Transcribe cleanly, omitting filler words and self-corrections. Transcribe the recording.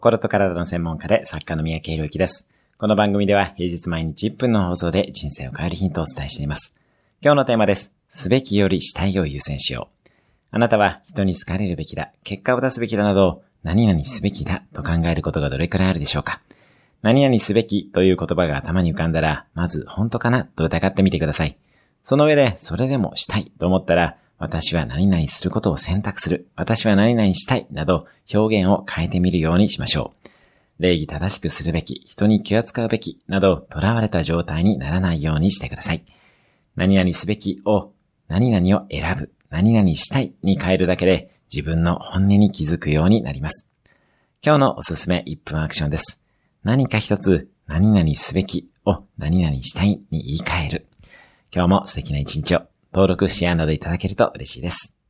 心と体の専門家で作家の三宅宏之です。この番組では平日毎日1分の放送で人生を変えるヒントをお伝えしています。今日のテーマです。すべきよりしたいを優先しよう。あなたは人に好かれるべきだ、結果を出すべきだなど、何々すべきだと考えることがどれくらいあるでしょうか。何々すべきという言葉が頭に浮かんだら、まず本当かなと疑ってみてください。その上で、それでもしたいと思ったら、私は何々することを選択する。私は何々したい。など表現を変えてみるようにしましょう。礼儀正しくするべき、人に気を扱うべき、など囚われた状態にならないようにしてください。何々すべきを何々を選ぶ、何々したいに変えるだけで自分の本音に気づくようになります。今日のおすすめ1分アクションです。何か一つ何々すべきを何々したいに言い換える。今日も素敵な一日を。登録、シェアなどいただけると嬉しいです。